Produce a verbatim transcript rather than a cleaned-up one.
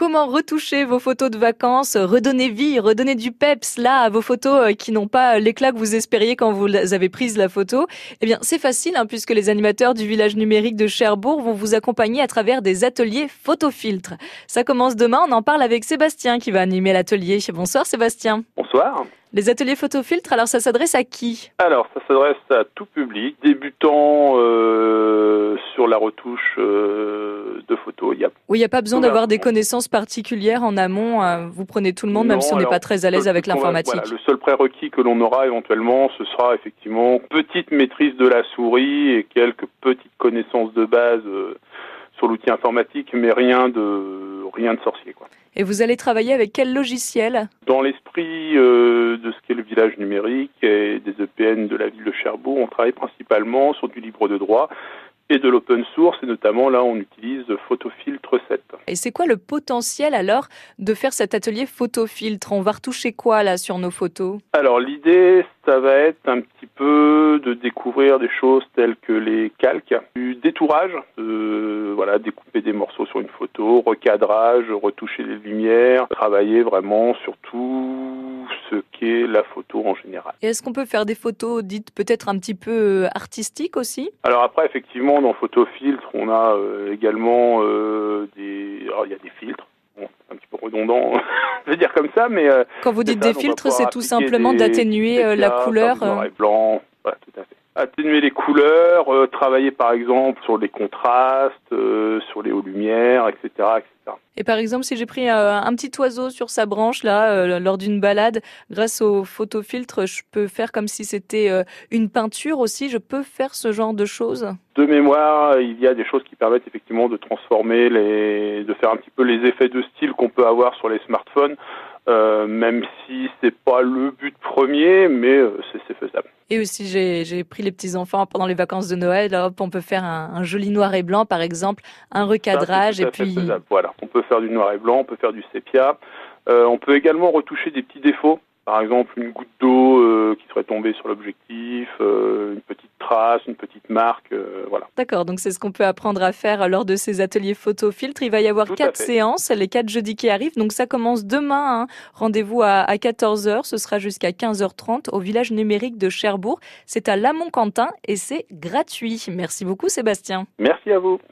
comment retoucher vos photos de vacances, redonner vie, redonner du peps là à vos photos qui n'ont pas l'éclat que vous espériez quand vous avez prise la photo. Eh bien, c'est facile hein, puisque les animateurs du village numérique de Cherbourg vont vous accompagner à travers des ateliers photofiltres. Ça commence demain, on en parle avec Sébastien qui va animer l'atelier. Bonsoir Sébastien. Bonsoir. Les ateliers photofiltres, alors ça s'adresse à qui? Alors, ça s'adresse à tout public, débutant euh, sur la retouche euh, de photos. Il y a oui, il n'y a pas besoin d'avoir des connaissances particulières en amont. Euh, vous prenez tout le monde, non, même si on n'est pas très à l'aise avec l'informatique. Voilà, le seul prérequis que l'on aura éventuellement, ce sera effectivement petite maîtrise de la souris et quelques petites connaissances de base euh, sur l'outil informatique, mais rien de rien de sorcier, quoi. Et vous allez travailler avec quel logiciel? Dans l'esprit euh, de ce qu'est le village numérique et des E P N de la ville de Cherbourg, on travaille principalement sur du libre de droit et de l'open source, et notamment là on utilise Photofiltre sept. Et c'est quoi le potentiel alors de faire cet atelier photofiltre? On va retoucher quoi là sur nos photos? Alors l'idée, ça va être un petit peu de découvrir des choses telles que les calques, du détourage, euh, voilà, découper des morceaux sur une photo, recadrage, retoucher les lumières, travailler vraiment sur tout ce qu'est la photo en général. Et est-ce qu'on peut faire des photos dites peut-être un petit peu artistiques aussi? Alors après, effectivement, dans Photofiltre, on a euh, également euh, des... Alors, il y a des filtres. Bon, un petit peu redondant de dire comme ça, mais... Euh, Quand vous dites ça, des filtres, c'est tout simplement des, d'atténuer des la couleur. Noir et blanc, voilà, tout à fait. Atténuer les couleurs, euh, travailler par exemple sur les contrastes, euh, sur les hauts lumières, et cetera, et cetera. Et par exemple, si j'ai pris euh, un petit oiseau sur sa branche là euh, lors d'une balade, grâce au photofiltre, je peux faire comme si c'était euh, une peinture aussi. Je peux faire ce genre de choses. De mémoire, il y a des choses qui permettent effectivement de transformer les, de faire un petit peu les effets de style qu'on peut avoir sur les smartphones. Euh, même si c'est pas le but premier, mais euh, c'est, c'est faisable. Et aussi, j'ai, j'ai pris les petits-enfants pendant les vacances de Noël. Hop, on peut faire un, un joli noir et blanc, par exemple, un recadrage. Ça, c'est tout à et puis fait faisable. Voilà, on peut faire du noir et blanc, on peut faire du sépia. Euh, on peut également retoucher des petits défauts. Par exemple, une goutte d'eau euh, qui serait tombée sur l'objectif, euh, une petite trace, une petite marque, euh, voilà. D'accord, donc c'est ce qu'on peut apprendre à faire lors de ces ateliers photofiltres. Il va y avoir Tout quatre séances, les quatre jeudis qui arrivent. Donc ça commence demain. Hein. Rendez-vous à, à quatorze heures, ce sera jusqu'à quinze heures trente au village numérique de Cherbourg. C'est à Lamont-Quentin et c'est gratuit. Merci beaucoup Sébastien. Merci à vous.